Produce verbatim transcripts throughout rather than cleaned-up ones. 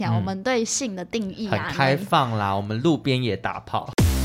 嗯、我们对性的定义啊很开放啦，我们路边也打炮。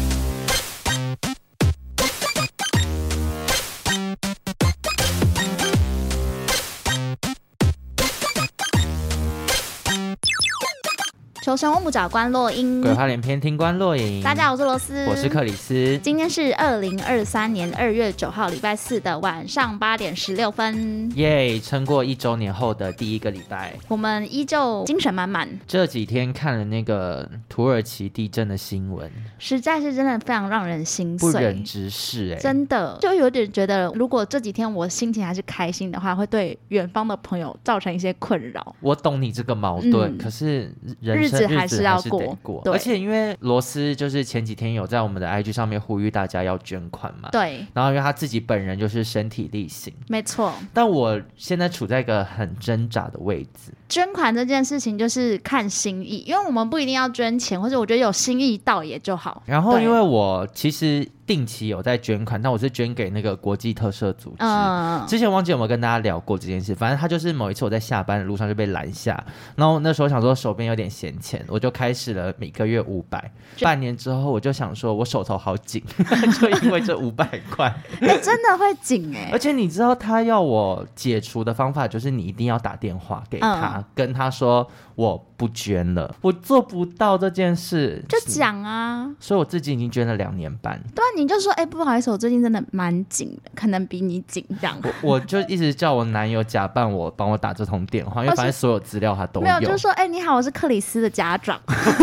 求神问卜找关洛英， 鬼话连篇听关洛影。 大家好，我是罗斯， 我是克里斯。 今天是二零二三年二月九号礼拜四的晚上八点十六分， 耶！撑过一周年后的第一个礼拜， 我们依旧精神满满。 这几天看了那个土耳其地震的新闻， 实在是真的非常让人心碎， 不忍直视。哎， 真的就有点觉得，如果这几天我心情还是开心的话，会对远方的朋友造成一些困扰。 我懂你这个矛盾，嗯、可是人生日子还是要过， 得过。而且因为罗斯就是前几天有在我们的 I G 上面呼吁大家要捐款嘛， 对。 然后因为他自己本人就是身体力行， 没错。 但我现在处在一个很挣扎的位置。 捐款这件事情就是看心意，因为我们不一定要捐钱，或者我觉得有心意到也就好。然后因为我其实定期有在捐款，但我是捐给那个国际特赦组织、嗯、之前忘记有没有跟大家聊过这件事，反正他就是某一次我在下班的路上就被拦下，然后那时候想说手边有点闲钱，我就开始了每个月五百，半年之后我就想说我手头好紧就因为这五百块欸、真的会紧哎、欸！ 而且你知道他要我解除的方法就是你一定要打电话给他、嗯、跟他说我不捐了，我做不到这件事， 就讲啊。 所以我自己已经捐了两年半。 对啊，你就说哎、欸，不好意思，我最近真的蛮紧的，可能比你紧这样。 我, 我就一直叫我男友假扮我帮我打这通电话，因为反正所有资料他都有。 没有，就是说哎、欸，你好，我是克里斯的家长。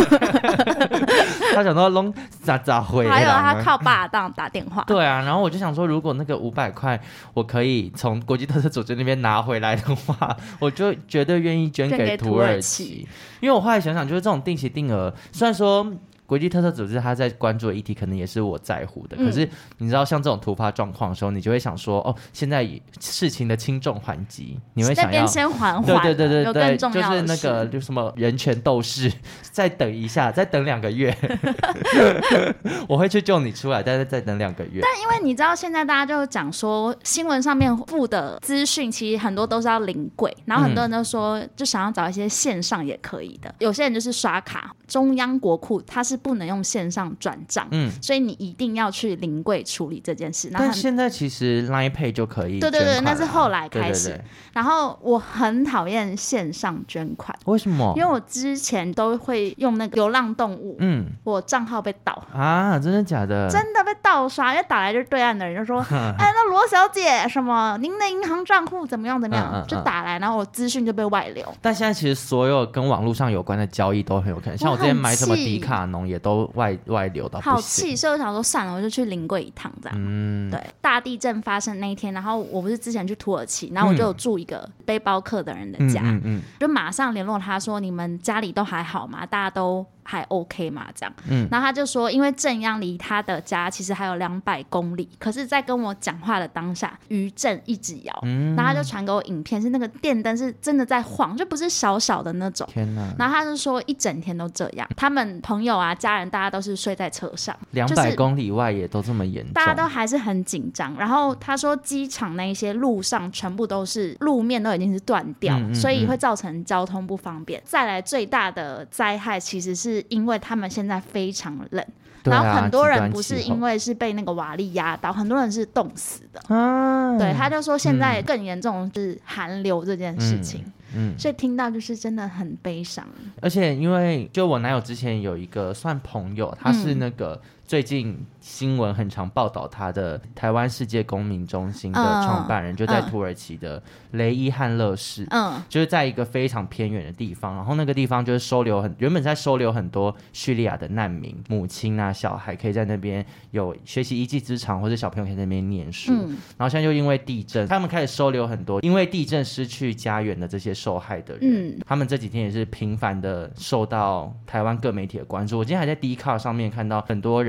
他想说弄咋咋回， 还有他靠爸当打电话。 对啊，然后我就想说，如果那个五百块我可以从国际特赦组织那边拿回来的话，我就绝对愿意捐给土耳其。因为我后来想想，就是这种定期定额，虽然说国际特赦组织他在关注的议题可能也是我在乎的、嗯、可是你知道像这种突发状况的时候，你就会想说哦，现在事情的轻重缓急，你会想要那边先缓缓， 对对对对对， 有更重要的就是那个就什么人权斗士，再等一下，再等两个月我会去救你出来，但是再等两个月。 但因为你知道现在大家就讲说新闻上面附的资讯其实很多都是要临柜，然后很多人都说、嗯、就想要找一些线上也可以的，有些人就是刷卡，中央国库它是不能用线上转账、嗯、所以你一定要去临柜处理这件事。 但现在其实 Line Pay 就可以捐款了。 对对对，那是后来开始。 对对对， 然后我很讨厌线上捐款。 为什么？ 因为我之前都会用那个流浪动物，嗯，我账号被盗啊，真的假的？ 真的被盗刷，因为打来就是对岸的人就说哎，那罗小姐什么您的银行账户怎么样怎么样、嗯嗯嗯、就打来，然后我资讯就被外流。但现在其实所有跟网络上有关的交易都很有可能，像我之前买什么迪卡侬也都外外流到不行， 好气。所以我想说算了，我就去临柜一趟这样、嗯、对。大地震发生那一天，然后我不是之前去土耳其，然后我就有住一个背包客的人的家、嗯嗯嗯、就马上联络他说你们家里都还好吗？大家都还 OK 嘛这样、嗯、然后他就说因为震央离他的家其实还有两百公里，可是在跟我讲话的当下余震一直摇、嗯、然后他就传给我影片，是那个电灯是真的在晃，就不是小小的那种。 天哪！ 然后他就说一整天都这样，他们朋友啊家人大家都是睡在车上， 两百公里外也都这么严重、 就是、大家都还是很紧张。然后他说机场那些路上全部都是路面都已经是断掉、嗯嗯嗯、所以会造成交通不方便。再来最大的灾害其实是因为他们现在非常冷，然后很多人不是因为是被那个瓦砾压倒，很多人是冻死的、啊、对。他就说现在更严重的是寒流这件事情、嗯嗯、所以听到就是真的很悲伤。 而且因为就我男友之前有一个算朋友，他是那个最近新闻很常报道他的台湾世界公民中心的创办人、嗯、就在土耳其的雷伊汉勒市、嗯、就是在一个非常偏远的地方，然后那个地方就是收留很原本在收留很多叙利亚的难民母亲啊小孩，可以在那边有学习一技之长，或者小朋友可以在那边念书、嗯、然后现在就因为地震他们开始收留很多因为地震失去家园的这些受害的人、嗯、他们这几天也是频繁的受到台湾各媒体的关注。我今天还在 D 卡上面看到很多人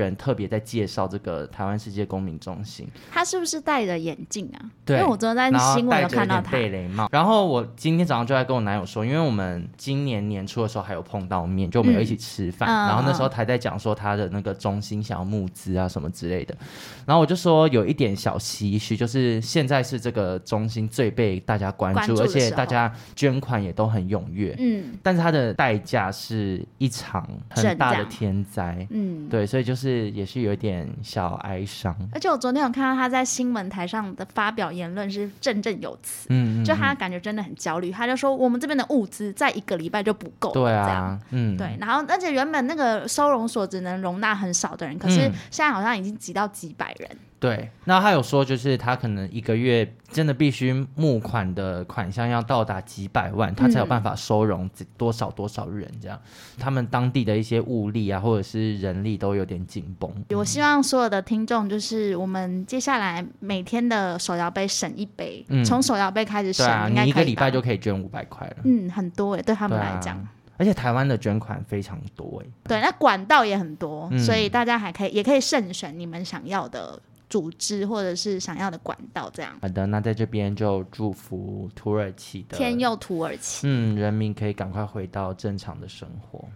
人特别在介绍这个台湾世界公民中心。 他是不是戴着眼镜啊？ 对， 因为我昨天在新闻有看到他贝雷帽。然后我今天早上就在跟我男友说，因为我们今年年初的时候还有碰到面，就我们有一起吃饭、嗯、然后那时候他在讲说他的那个中心想要募资啊什么之类的，然后我就说有一点小唏嘘，就是现在是这个中心最被大家关注，而且大家捐款也都很踊跃，嗯，但是它的代价是一场很大的天灾，嗯，对，所以就是也是有一点小哀伤。 而且我昨天有看到他在新闻台上的发表言论是振振有词，嗯，就他感觉真的很焦虑，他就说我们这边的物资在一个礼拜就不够， 对啊，嗯， 对，然后而且原本那个收容所只能容纳很少的人，可是现在好像已经挤到几百人。 对，那他有说就是他可能一个月真的必须募款的款项要到达几百万，他才有办法收容多少多少人这样、嗯、他们当地的一些物力啊或者是人力都有点紧绷。 我希望所有的听众就是我们接下来每天的手摇杯省一杯，从、嗯、手摇杯开始省，对啊， 应该可以，你一个礼拜就可以捐五百块了， 嗯，很多耶，对他们来讲、啊， 而且台湾的捐款非常多耶， 对，那管道也很多、嗯、所以大家还可以也可以慎选你们想要的组织或者是想要的管道这样。 好的，那在这边就祝福土耳其的天佑土耳其， 嗯，人民可以赶快回到正常的生活。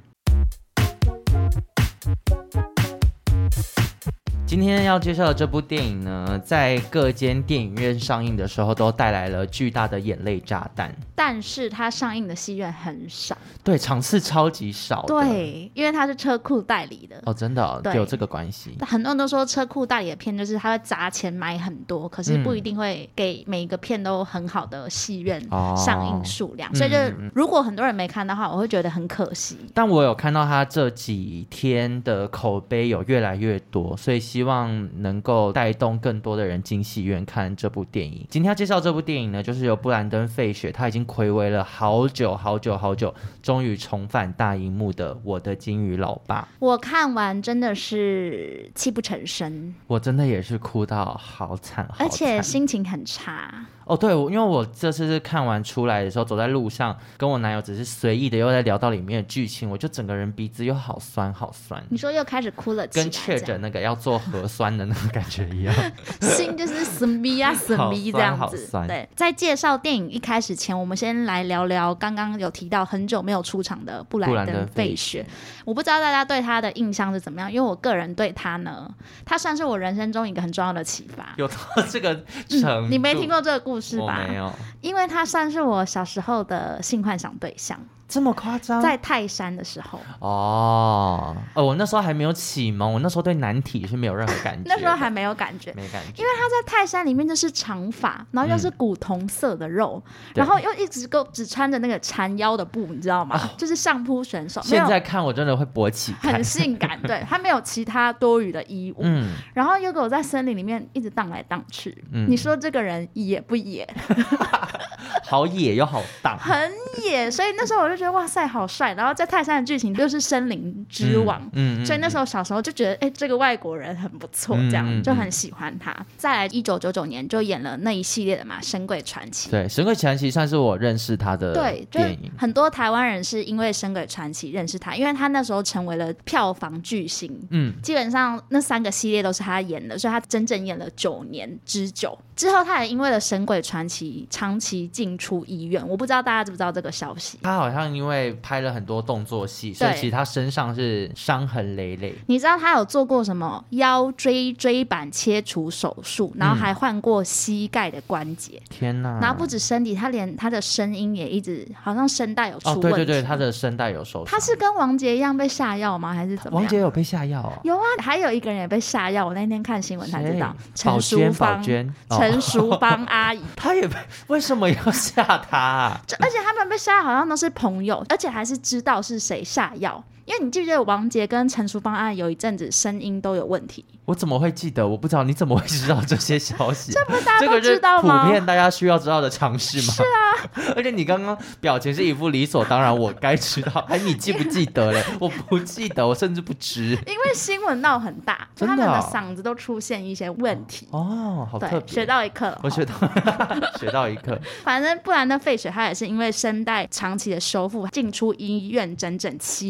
今天要介绍的这部电影呢，在各间电影院上映的时候都带来了巨大的眼泪炸弹， 但是它上映的戏院很少， 对，场次超级少的， 对，因为它是车库代理的。 哦，真的、哦、有这个关系。 很多人都说车库代理的片就是他会砸钱买很多，可是不一定会给每一个片都很好的戏院上映数量、哦、所以就如果很多人没看的话，我会觉得很可惜。 但我有看到他这几天的口碑有越来越多，所以希望能够带动更多的人进戏院看这部电影。今天要介绍这部电影呢，就是由布兰登·费雪，他已经睽违了好久好久好久，终于重返大荧幕的《我的金鱼老爸》。 我看完真的是泣不成声， 我真的也是哭到好惨好惨， 而且心情很差。 哦，对，因为我这次是看完出来的时候，走在路上跟我男友只是随意的又在聊到里面的剧情，我就整个人鼻子又好酸好酸。 你说又开始哭了起来， 跟确诊那个要做核酸的那个感觉一样， 心就是死逼啊死逼这样子。对，在介绍电影一开始前，我们先来聊聊刚刚有提到很久没有出场的布兰登·费雪。我不知道大家对他的印象是怎么样，因为我个人对他呢，他算是我人生中一个很重要的启发。 有到这个程度、嗯、 你没听过这个故事吧？ 我没有， 因为他算是我小时候的性幻想对象。 这么夸张？ 在泰山的时候哦，哦，我那时候还没有启蒙，我那时候对男体是没有任何感觉那时候还没有感觉， 没感觉， 因为他在泰山里面就是长发，然后又是古铜色的肉、嗯、然后又一直够只穿着那个缠腰的布，你知道吗、哦、就是相扑选手。 现在看我真的会勃起看， 很性感对，他没有其他多余的衣物、嗯、然后又给我在森林里面一直荡来荡去、嗯、你说这个人野不野？ 好野又好荡， 很野，所以那时候我就觉得哇塞好帅。然后在泰山的剧情就是森林之王、嗯嗯、所以那时候小时候就觉得哎、欸，这个外国人很不错，这样、嗯嗯、就很喜欢他。再来一九九九年就演了那一系列的嘛，神鬼传奇。 对，神鬼传奇算是我认识他的电影。 对，很多台湾人是因为神鬼传奇认识他，因为他那时候成为了票房巨星，嗯，基本上那三个系列都是他演的，所以他整整演了九年之久。之后他也因为了神鬼传奇长期进出医院，我不知道大家知不知道这个消息。 他好像因为拍了很多动作戏，所以其实他身上是伤痕累累。 你知道他有做过什么腰椎椎板切除手术，然后还换过膝盖的关节、嗯、天哪。然后不止身体，他连他的声音也一直好像声带有出问题。 哦，对对对，他的声带有受伤。 他是跟王杰一样被下药吗？还是怎么样？ 王杰有被下药哦？ 有啊，还有一个人也被下药，我那天看新闻才知道。陈淑芳， 宝娟， 陈淑芳阿姨， 她也被，为什么要下她、啊？ 而且他们被下好像都是朋友，而且还是知道是谁下药。因为你记不记得王杰跟陈淑芳阿姨有一阵子声音都有问题？ 我怎么会记得？我不知道，你怎么会知道这些消息？ 这不是大家都知道吗？这个是普遍大家需要知道的常识吗？ 是啊， 而且你刚刚表情是一副理所当然，我该知道。哎，你记不记得嘞？我不记得，我甚至不知。因为新闻闹很大，就他们的嗓子都出现一些问题。 哦，好特别， 学到一课了。 我学到学到一课。 反正布兰登·费雪他也是因为声带长期的修复，进出医院整整七年。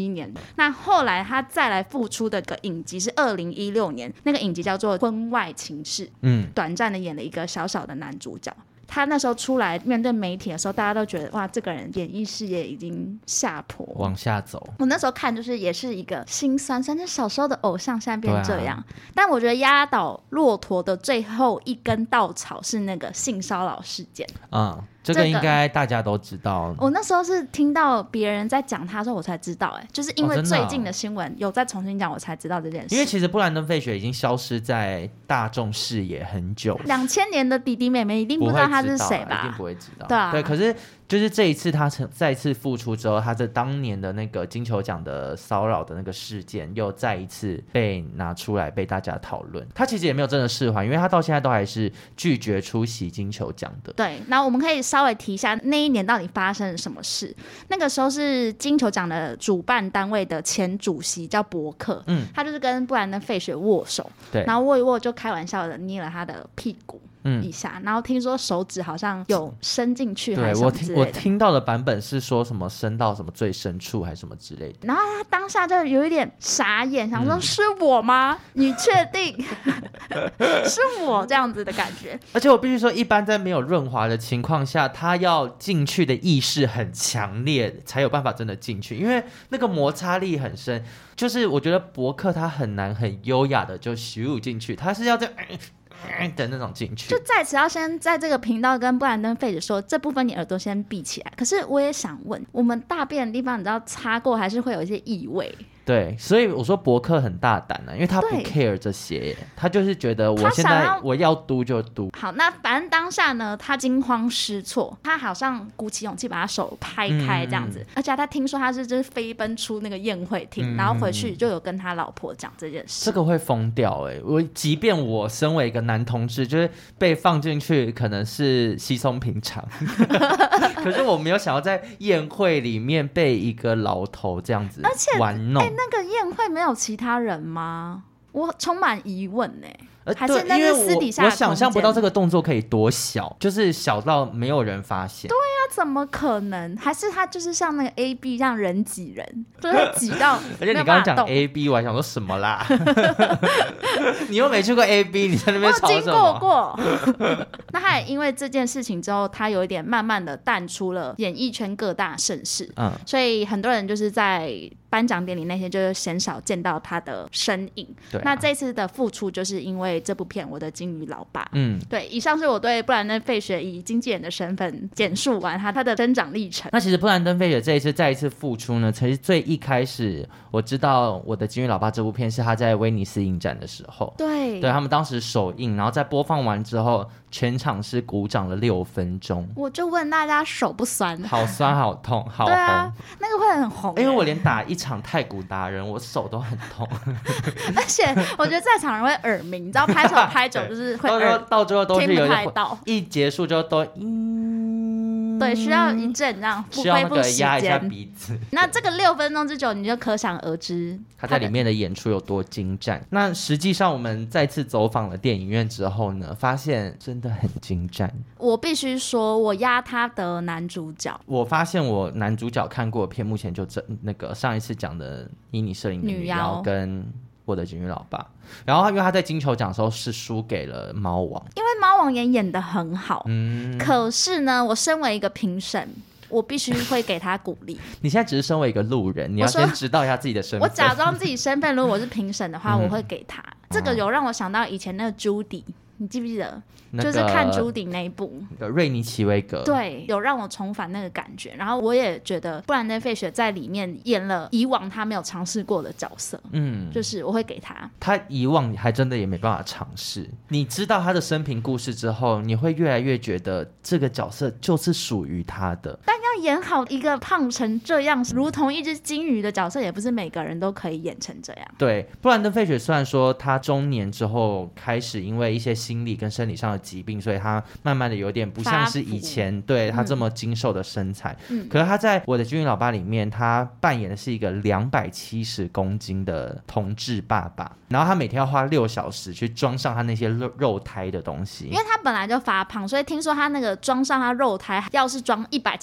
那后来他再来复出的个影集是二零一六年，那个影集叫做《婚外情事》，嗯，短暂的演了一个小小的男主角。他那时候出来面对媒体的时候，大家都觉得哇，这个人演艺事业已经下坡往下走。 我那时候看就是也是一个心酸，甚至小时候的偶像现在变这样、啊、但我觉得压倒骆驼的最后一根稻草是那个性骚扰事件。 嗯，这个应该大家都知道、 这个、我那时候是听到别人在讲他的时候我才知道、欸、就是因为最近的新闻有在重新讲我才知道这件事。 因为其实布兰登·费雪已经消失在大众视野很久， 两千年的弟弟妹妹一定不知道他是谁吧？ 一定不会知道。 对啊， 对，可是就是这一次他再次复出之后，他的当年的那个金球奖的骚扰的那个事件又再一次被拿出来被大家讨论。他其实也没有真的释怀，因为他到现在都还是拒绝出席金球奖的。 对，那我们可以稍微提一下那一年到底发生了什么事。那个时候是金球奖的主办单位的前主席叫伯克，嗯，他就是跟布兰登·费雪握手，对，然后握一握就开玩笑的捏了他的屁股一下、嗯、然后听说手指好像有伸进去还是什么之类的。 对，我听我听到的版本是说什么伸到什么最深处还是什么之类的。 然后他当下就有一点傻眼，想说、嗯、是我吗？你确定是我这样子的感觉。 而且我必须说，一般在没有润滑的情况下，他要进去的意识很强烈才有办法真的进去，因为那个摩擦力很深。就是我觉得伯克他很难很优雅的就咻进去，他是要这样的那种进去。 就在此要先在这个频道跟布兰登·费雪说，这部分你耳朵先闭起来。可是我也想问，我们大便的地方你知道擦过还是会有一些异味。 对，所以我说伯克很大胆啊，因为他不 care 这些，他就是觉得我现在我要嘟就嘟。 好，那反正当下呢，他惊慌失措，他好像鼓起勇气把他手拍开这样子、嗯、而且他听说他是就是飞奔出那个宴会厅、嗯、然后回去就有跟他老婆讲这件事。 这个会疯掉哎、欸！我即便我身为一个男同志，就是被放进去可能是稀松平常可是我没有想要在宴会里面被一个老头这样子玩弄。 欸，那个宴会没有其他人吗？我充满疑问呢、欸，还是那是私底下的空间？ 我想象不到这个动作可以多小，就是小到没有人发现。 对啊，怎么可能？还是他就是像那个 A B 这样人挤人，就是挤到而且你刚刚讲 A B 我还想说什么啦你又没去过 A B 你在那边吵什么？ 我经过过那他也因为这件事情之后，他有一点慢慢的淡出了演艺圈各大盛事、嗯、所以很多人就是在颁奖典礼那天就是鲜少见到他的身影、啊、那这次的复出就是因为这部片《我的金鱼老爸》。嗯，对，以上是我对布兰登·费雪以经纪人的身份简述完他他的增长历程。 那其实布兰登·费雪这一次再一次复出呢，其实最一开始我知道《我的金鱼老爸》这部片是他在威尼斯影展的时候， 对， 对他们当时首映，然后在播放完之后全场是鼓掌了六分钟。 我就问大家手不酸？ 好酸好痛好红。 对啊，那个会很红、欸、 因为我连打一场太鼓达人我手都很痛而且我觉得在场人会耳鸣，你知道拍手拍久就是会耳到最后都是有点听不太到， 一结束就都嗯， 对，需要一阵这样需要那个压一下鼻子那这个六分钟之久你就可想而知他在里面的演出有多精湛。那实际上我们再次走访了电影院之后呢，发现真的很精湛。 我必须说我压他的男主角， 我发现我男主角看过的片目前就这那个上一次讲的以你摄影的女妖跟我的金鱼老爸，然后因为他在金球奖的时候是输给了猫王， 因为猫王也演得很好、嗯、可是呢我身为一个评审我必须会给他鼓励你现在只是身为一个路人，你要先知道一下自己的身份。 我假装自己身份如果我是评审的话、嗯、我会给他。这个有让我想到以前那个朱迪，你记不记得、那個、就是看朱迪那一部那个瑞尼奇维格， 对，有让我重返那个感觉。然后我也觉得布兰登·费雪在里面演了以往他没有尝试过的角色，嗯，就是我会给他。 他以往还真的也没办法尝试，你知道他的生平故事之后你会越来越觉得这个角色就是属于他的。 但要演好一个胖成这样如同一只金鱼的角色也不是每个人都可以演成这样。 对，布兰登·费雪虽然说他中年之后开始因为一些心理跟生理上的疾病，所以他慢慢的有点不像是以前对他这么精瘦的身材、嗯、可是他在我的金鱼老爸里面他扮演的是一个两百七十公斤的同志爸爸，然后他每天要花六小时去装上他那些 肉, 肉胎的东西， 因为他本来就发胖，所以听说他那个装上他肉胎要是装一百七十一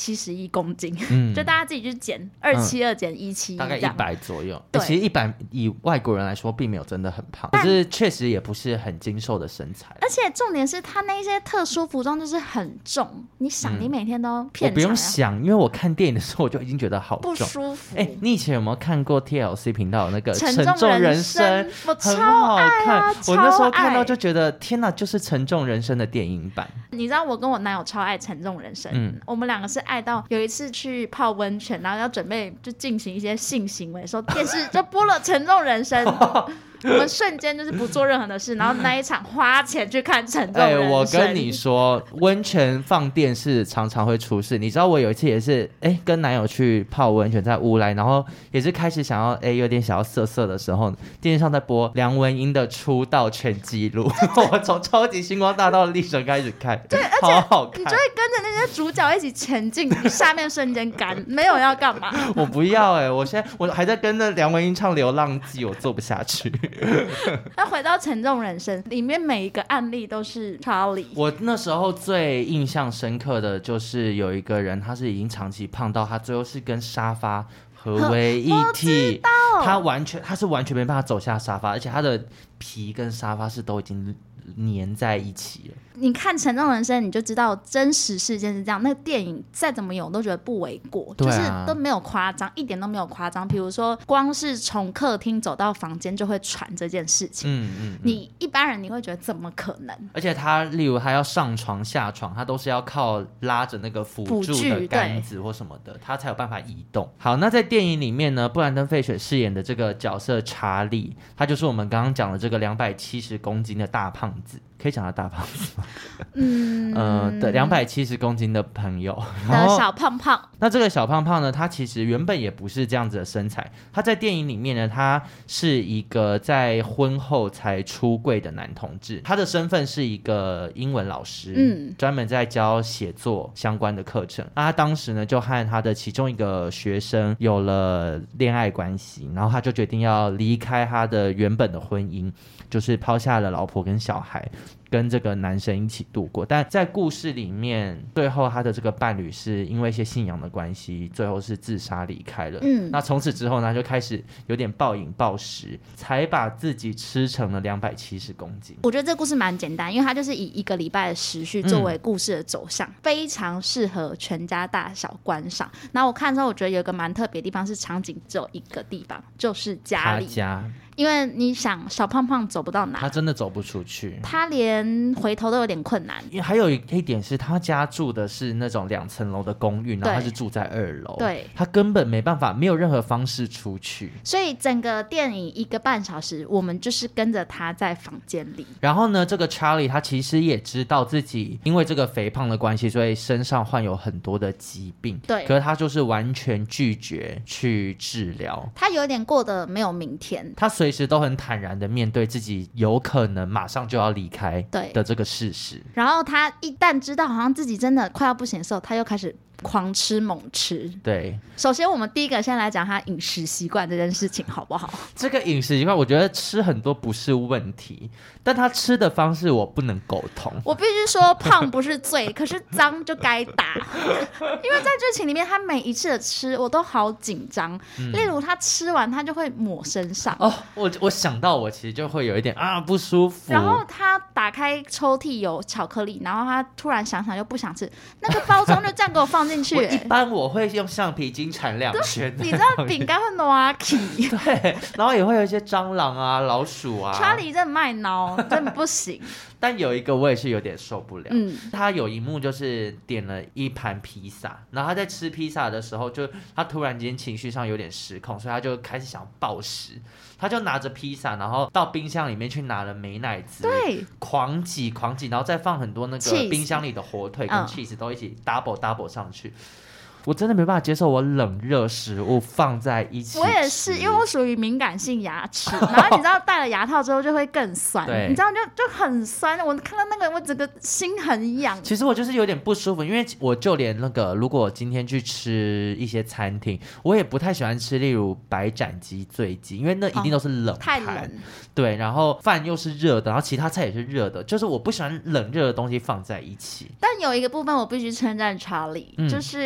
一公斤，嗯、就大家自己去减二七二减一七，大概一百左右。对，其实一百以外国人来说并没有真的很胖，可是确实也不是很精瘦的身材。 而且重点是他那些特殊服装就是很重，你想、嗯、你每天都骗， 我不用想，因为我看电影的时候我就已经觉得好重， 不舒服。 哎、欸，你以前有没有看过 T L C 频道那个沉重人生？ 我超爱啊！ 我那时候看到就觉得天哪，就是沉重人生的电影版。 你知道我跟我男友超爱沉重人生，嗯，我们两个是爱到有一次去泡温泉，然后要准备就进行一些性行为的时候，电视就播了沉重人生。我们瞬间就是不做任何的事，然后那一场花钱去看沉重人生。 哎、欸，我跟你说，温泉放电视常常会出事。你知道我有一次也是，哎、欸，跟男友去泡温泉，在乌来，然后也是开始想要，哎、欸，有点想要色色的时候，电视上在播梁文音的出道全纪录。我从超级星光大道的历程开始看， 对，而且好好看， 你就会跟着那些主角一起前进，你下面瞬间干，没有要干嘛。 我不要哎、欸，我现在我还在跟着梁文音唱《流浪记》，我做不下去。 那回到沉重人生里面，每一个案例都是 Charlie。我那时候最印象深刻的就是有一个人，他是已经长期胖到他最后是跟沙发合为一体，他完全他是完全没办法走下沙发，而且他的皮跟沙发是都已经粘在一起了。 你看沉重人生你就知道真实事件是这样，那个电影再怎么有都觉得不为过、啊、就是都没有夸张，一点都没有夸张。比如说光是从客厅走到房间就会喘这件事情，嗯嗯嗯，你一般人你会觉得怎么可能？ 而且他例如他要上床下床，他都是要靠拉着那个辅助的杆子或什么的，他才有办法移动。好，那在电影里面呢，布兰登·费雪饰演的这个角色查理，他就是我们刚刚讲的这个两百七十公斤的大胖子，可以讲他大胖子吗？嗯，呃，对，两百七十公斤的朋友的小胖胖。 那这个小胖胖呢，他其实原本也不是这样子的身材。他在电影里面呢，他是一个在婚后才出柜的男同志。他的身份是一个英文老师，嗯，专门在教写作相关的课程。那他当时呢，就和他的其中一个学生有了恋爱关系，然后他就决定要离开他的原本的婚姻，就是抛下了老婆跟小孩，跟这个男生一起度过。但在故事里面，最后他的这个伴侣是因为一些信仰的关系，最后是自杀离开了。嗯，那从此之后呢，就开始有点暴饮暴食，才把自己吃成了两百七十公斤。 我觉得这故事蛮简单，因为它就是以一个礼拜的时序作为故事的走向，嗯、非常适合全家大小观赏。然后我看的时候，我觉得有一个蛮特别的地方是场景只有一个地方，就是家里。 他家。 因为你想小胖胖走不到哪， 他真的走不出去， 他连回头都有点困难。 还有一点是他家住的是那种两层楼的公寓，然后他是住在二楼，对，他根本没办法，没有任何方式出去。 所以整个电影一个半小时，我们就是跟着他在房间里。 然后呢，这个 Charlie 他其实也知道自己因为这个肥胖的关系，所以身上患有很多的疾病，对，可是他就是完全拒绝去治疗， 他有点过得没有明天， 他随时都很坦然的面对自己有可能马上就要离开的这个事实。 然后他一旦知道好像自己真的快要不行的时候，他又开始狂吃猛吃。 对， 首先我们第一个先来讲他饮食习惯这件事情好不好？ 这个饮食习惯我觉得吃很多不是问题，但他吃的方式我不能苟同。 我必须说胖不是罪可是脏就该打。因为在剧情里面他每一次的吃我都好紧张、嗯、例如他吃完他就会抹身上哦，我我想到我其实就会有一点啊不舒服。 然后他打开抽屉有巧克力，然后他突然想想又不想吃，那个包装就这样给我放进去、欸、 我一般我会用橡皮筋缠两圈， 你知道饼干会挪起对，然后也会有一些蟑螂啊老鼠啊。 查理真的卖脑真的不行。 但有一个我也是有点受不了、嗯、他有一幕就是点了一盘披萨，然后他在吃披萨的时候就他突然间情绪上有点失控，所以他就开始想暴食，他就拿着披萨然后到冰箱里面去拿了美乃滋，对，狂挤狂挤，然后再放很多那个冰箱里的火腿跟 cheese 都一起 double double 上去。我真的没办法接受我冷热食物放在一起。 我也是，因为我属于敏感性牙齿，然后你知道戴了牙套之后就会更酸，你知道就就很酸。我看到那个我整个心很痒。 其实我就是有点不舒服，因为我就连那个如果我今天去吃一些餐厅，我也不太喜欢吃例如白斩鸡、醉鸡，因为那一定都是冷盘、哦、太冷。对，然后饭又是热的，然后其他菜也是热的，就是我不喜欢冷热的东西放在一起。 但有一个部分我必须称赞查理、嗯、就是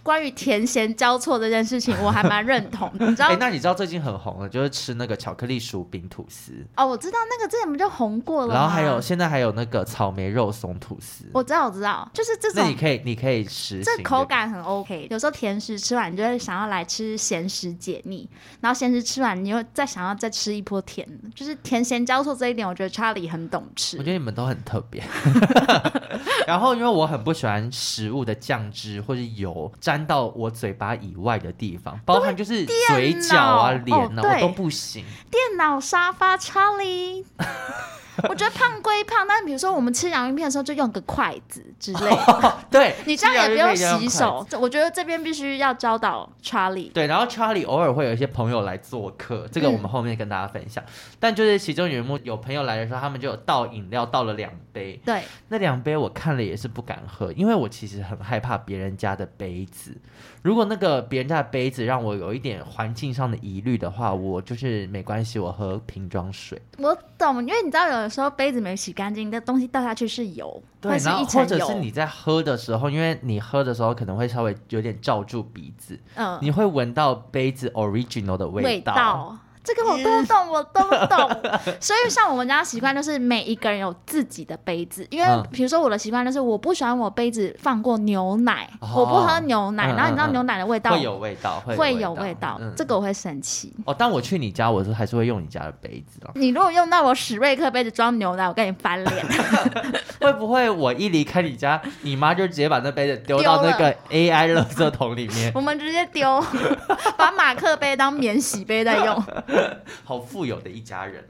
关于甜咸交错这件事情，我还蛮认同。你知道？ 哎、欸，那你知道最近很红的，就是吃那个巧克力薯饼吐司。 哦，我知道那个之前不就红过了吗？ 然后还有现在还有那个草莓肉松吐司。 我知道，我知道，就是这种。 那你可以，你可以实行。 这口感很 OK。有时候甜食吃完，你就会想要来吃咸食解腻，然后咸食吃完，你又再想要再吃一波甜的，就是甜咸交错这一点，我觉得 Charlie 很懂吃。 我觉得你们都很特别。然后因为我很不喜欢食物的酱汁或是油沾到我嘴巴以外的地方，包含就是嘴角啊、脸啊、哦，我都不行。 电脑沙发 Charlie。我觉得胖归胖，但是比如说我们吃洋芋片的时候就用个筷子之类的、哦、 对， 你这样也不用洗手。我觉得这边必须要教导 Charlie。 对，然后 Charlie 偶尔会有一些朋友来做客，这个我们后面跟大家分享、嗯、但就是其中有一幕有朋友来的时候，他们就有倒饮料倒了两杯。 对， 那两杯我看了也是不敢喝，因为我其实很害怕别人家的杯子，如果那个别人家的杯子让我有一点环境上的疑虑的话，我就是没关系，我喝瓶装水。 我懂，因为你知道有的时候杯子没洗干净，那东西倒下去是油， 对，然后或者是你在喝的时候，因为你喝的时候可能会稍微有点罩住鼻子，嗯，你会闻到杯子 original 的味道。味道这个我都懂，我都懂。所以像我们家习惯就是每一个人有自己的杯子，因为比如说我的习惯就是我不喜欢我杯子放过牛奶、哦、我不喝牛奶、嗯、然后你知道牛奶的味道会有味道， 会有味道、嗯、这个我会生气。 哦，当我去你家我是还是会用你家的杯子、哦、 你如果用到我史瑞克杯子装牛奶，我跟你翻脸。 会不会我一离开你家，你妈就直接把那杯子丢到那个 A I 垃圾桶里面？ 我们直接丢，把马克杯当免洗杯在用。 好富有的一家人。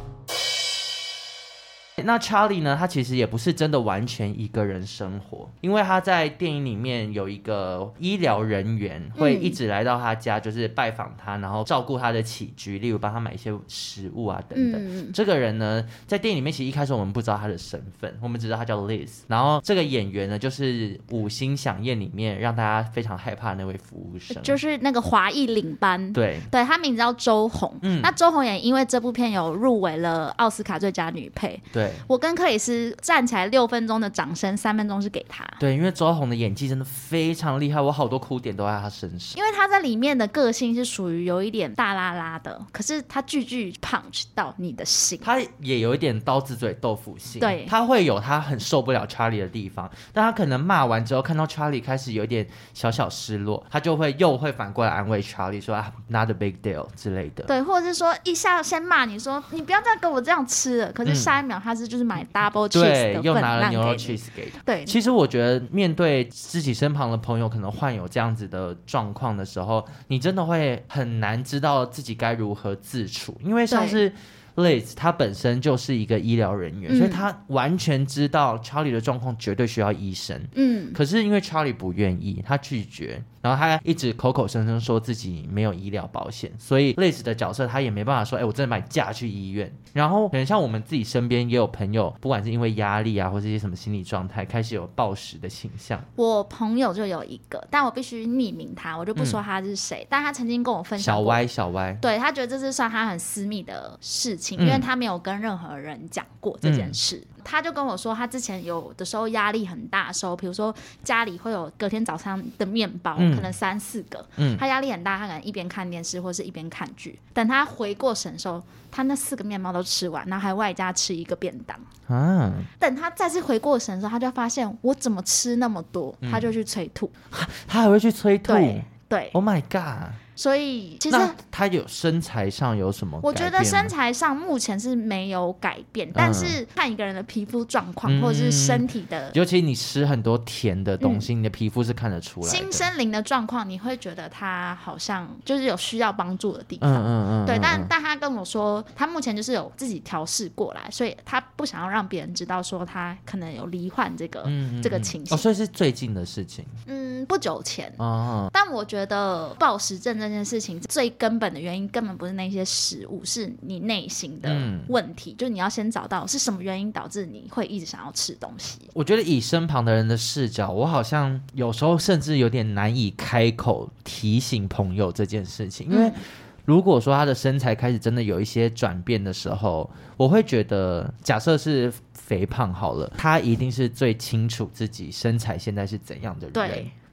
那 Charlie 呢，他其实也不是真的完全一个人生活，因为他在电影里面有一个医疗人员会一直来到他家，就是拜访他，然后照顾他的起居，例如帮他买一些食物啊等等、嗯、这个人呢在电影里面其实一开始我们不知道他的身份，我们只知道他叫 Liz， 然后这个演员呢就是五星响宴里面让大家非常害怕的那位服务生， 就是那个华裔领班。 对对，他名字叫周红、嗯、那周红也因为这部片有入围了奥斯卡最佳女配。 对， 我跟克里斯站起来六分钟的掌声，三分钟是给他。 对，因为周红的演技真的非常厉害，我好多哭点都在他身上。 因为他在里面的个性是属于有一点大拉拉的，可是他句句 punch 到你的心。 他也有一点刀子嘴豆腐心， 对， 他会有他很受不了 Charlie 的地方，但他可能骂完之后看到 Charlie 开始有点小小失落，他就会又会反过来安慰 Charlie 说、啊、not a big deal 之类的。 对，或者是说一下先骂你说你不要再跟我这样吃了，可是下一秒他是就是买 double cheese 的对，又拿了牛肉 cheese 给他。 对， 其实我觉得面对自己身旁的朋友可能患有这样子的状况的时候，你真的会很难知道自己该如何自处，因为像是Liz 他本身就是一个医疗人员、嗯、所以他完全知道 Charlie 的状况绝对需要医生，嗯，可是因为 Charlie 不愿意，他拒绝，然后他一直口口声声说自己没有医疗保险，所以 Liz 的角色他也没办法说哎、欸，我真的把你嫁去医院。然后可能像我们自己身边也有朋友，不管是因为压力啊或是一些什么心理状态，开始有暴食的倾向。 我朋友就有一个，但我必须匿名他，我就不说他是谁、嗯、但他曾经跟我分享过， 小歪小歪， 对，他觉得这是算他很私密的事情、嗯、因为他没有跟任何人讲过这件事、嗯、他就跟我说他之前有的时候压力很大的时候，比如说家里会有隔天早上的面包、嗯、可能三四个、嗯、他压力很大，他可能一边看电视或是一边看剧，等他回过神的时候，他那四个面包都吃完，然后还外加吃一个便当、啊、等他再次回过神的时候，他就发现我怎么吃那么多、嗯、他就去催吐。 他还会去催吐？ 对对 Oh my god。 所以其实他有身材上有什么改变吗？ 我觉得身材上目前是没有改变、嗯、但是看一个人的皮肤状况、嗯、或者是身体的， 尤其你吃很多甜的东西、嗯、你的皮肤是看得出来的。 新生灵的状况你会觉得他好像就是有需要帮助的地方，嗯嗯嗯对，但但他跟我说他目前就是有自己调试过来，所以他不想要让别人知道说他可能有罹患这个、嗯嗯、这个情形、 哦、所以是最近的事情。 嗯，不久前、哦、但我觉得暴食症这件事情最根本的原因根本不是那些食物，是你内心的问题、嗯、就是你要先找到是什么原因导致你会一直想要吃东西。 我觉得以身旁的人的视角，我好像有时候甚至有点难以开口提醒朋友这件事情，因为如果说他的身材开始真的有一些转变的时候，我会觉得假设是肥胖好了，他一定是最清楚自己身材现在是怎样的人，对，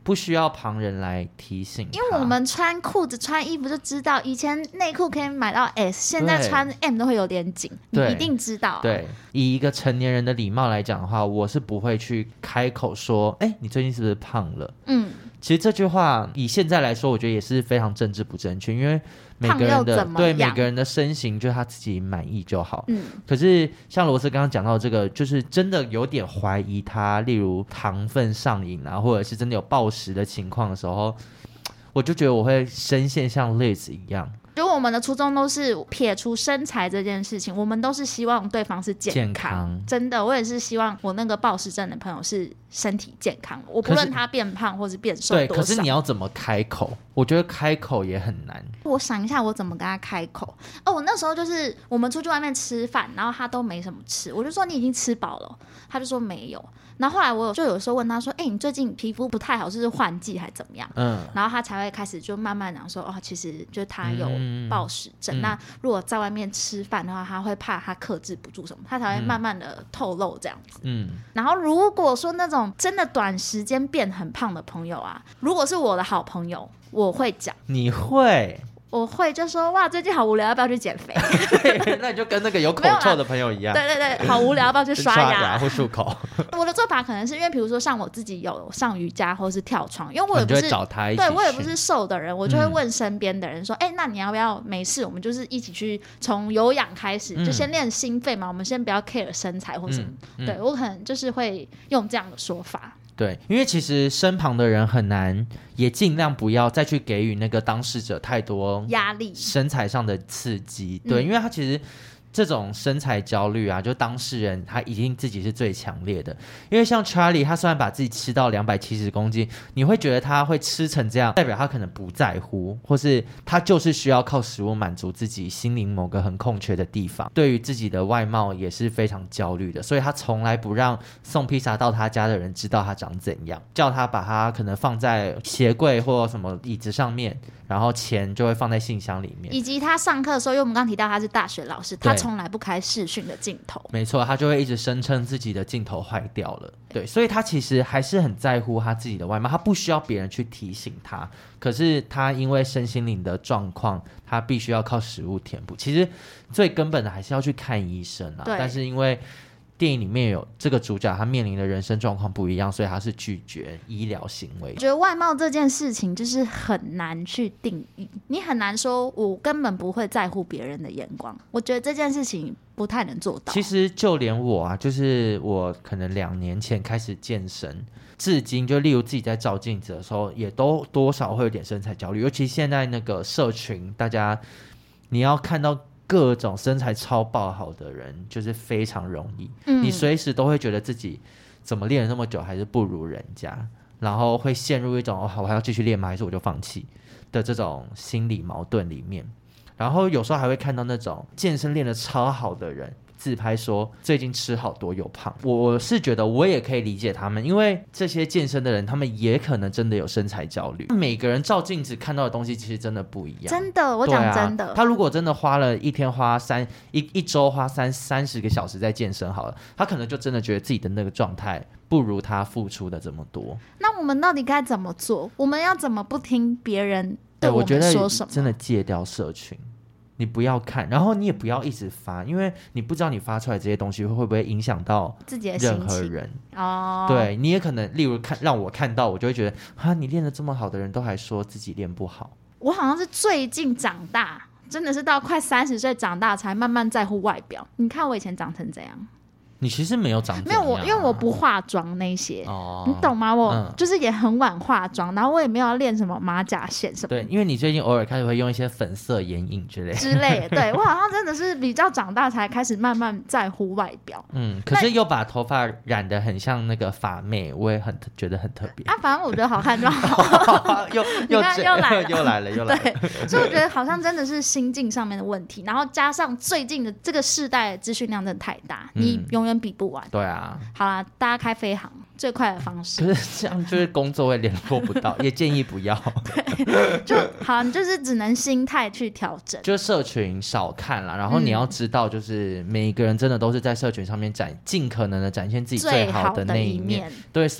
不需要旁人来提醒他， 因为我们穿裤子穿衣服就知道，以前内裤可以买到 S， 现在穿 M 都会有点紧，你一定知道、啊、 对，以一个成年人的礼貌来讲的话，我是不会去开口说哎、欸，你最近是不是胖了。嗯，其实这句话以现在来说我觉得也是非常政治不正确，因为每个人的对每个人的身形就他自己满意就好。嗯，可是像罗斯刚刚讲到这个，就是真的有点怀疑他，例如糖分上瘾啊，或者是真的有暴食的情况的时候，我就觉得我会深陷像 Liz 一样。 就我们的初衷都是撇除身材这件事情，我们都是希望对方是健康, 健康真的，我也是希望我那个暴食症的朋友是身体健康，我不论他变胖或是变瘦多少。对， 可是你要怎么开口？我觉得开口也很难。 我想一下我怎么跟他开口。哦，我那时候就是我们出去外面吃饭，然后他都没什么吃，我就说你已经吃饱了，他就说没有。然后后来我就有时候问他说哎、欸，你最近皮肤不太好，是不是换季还怎么样？嗯，然后他才会开始就慢慢讲说哦，其实就他有暴食症、嗯、那如果在外面吃饭的话，他会怕他克制不住什么，他才会慢慢的透露这样子。嗯，然后如果说那种真的短时间变很胖的朋友啊，如果是我的好朋友，我会讲。 你会？ 我会就说哇最近好无聊，要不要去减肥？ 对，那你就跟那个有口臭的朋友一样。 对对对，好无聊，要不要去刷牙？ 刷牙或漱口。 我的做法可能是因为比如说像我自己有上瑜伽或是跳床，因为我也不是、 哦、找他一起， 对我也不是瘦的人，我就会问身边的人说哎、嗯欸，那你要不要没事我们就是一起去从有氧开始、嗯、就先练心肺嘛，我们先不要 care 身材或什么、嗯嗯、对，我可能就是会用这样的说法。 对，因为其实身旁的人很难，也尽量不要再去给予那个当事者太多压力、 身材上的刺激。对、嗯，因为他其实这种身材焦虑啊，就当事人他一定自己是最强烈的。因为像 Charlie 他虽然把自己吃到两百七十公斤，你会觉得他会吃成这样，代表他可能不在乎，或是他就是需要靠食物满足自己心灵某个很空缺的地方，对于自己的外貌也是非常焦虑的，所以他从来不让送披萨到他家的人知道他长怎样，叫他把他可能放在鞋柜或什么椅子上面，然后钱就会放在信箱里面。 以及他上课的时候，因为我们刚刚提到他是大学老师，他从来不开视讯的镜头。 没错，他就会一直声称自己的镜头坏掉了。对，所以他其实还是很在乎他自己的外貌，他不需要别人去提醒他，可是他因为身心灵的状况，他必须要靠食物填补。其实最根本的还是要去看医生啊，但是因为电影里面有这个主角他面临的人生状况不一样，所以他是拒绝医疗行为。 我觉得外貌这件事情就是很难去定义，你很难说我根本不会在乎别人的眼光，我觉得这件事情不太能做到。 其实就连我啊，就是我可能两年前开始健身，至今就例如自己在照镜子的时候也都多少会有点身材焦虑，尤其现在那个社群，大家你要看到各种身材超爆好的人就是非常容易、嗯、你随时都会觉得自己怎么练了那么久还是不如人家，然后会陷入一种、哦、我还要继续练吗还是我就放弃的这种心理矛盾里面。然后有时候还会看到那种健身练得超好的人自拍说最近吃好多又胖，我是觉得我也可以理解他们，因为这些健身的人他们也可能真的有身材焦虑，每个人照镜子看到的东西其实真的不一样。 真的，我讲真的、啊、 他如果真的花了一天花三 一, 一周花三三十个小时在健身好了，他可能就真的觉得自己的那个状态不如他付出的这么多。 那我们到底该怎么做？我们要怎么不听别人对我们说什么？ 我觉得真的戒掉社群，你不要看，然后你也不要一直发，因为你不知道你发出来这些东西会不会影响到自己的任何人哦。对，你也可能例如看让我看到，我就会觉得啊，你练得这么好的人都还说自己练不好。 我好像是最近长大，真的是到快三十岁长大才慢慢在乎外表。你看我以前长成怎样？ 你其实没有长怎样、啊、 没有我，因为我不化妆那些、哦、你懂吗？我、嗯、就是也很晚化妆，然后我也没有要练什么马甲线什么的。 对，因为你最近偶尔开始会用一些粉色眼影之类之类的。对，我好像真的是比较长大才开始慢慢在乎外表。 嗯，可是又把头发染得很像那个发妹，我也很觉得很特别啊。反正我觉得好看就好。 又又又来了又来了又来了。 对，所以我觉得好像真的是心境上面的问题，然后加上最近的这个世代的资讯量真的太大，嗯、你永远比不完。 对啊， 好啦，大家开飞航最快的方式。 可是这样就是工作会联络不到，也建议不要。 对，就好，你就是只能心态去调整。 就社群少看啦，然后你要知道，就是每一个人真的都是在社群上面展，尽可能的展现自己最好的那一面。一面对，所以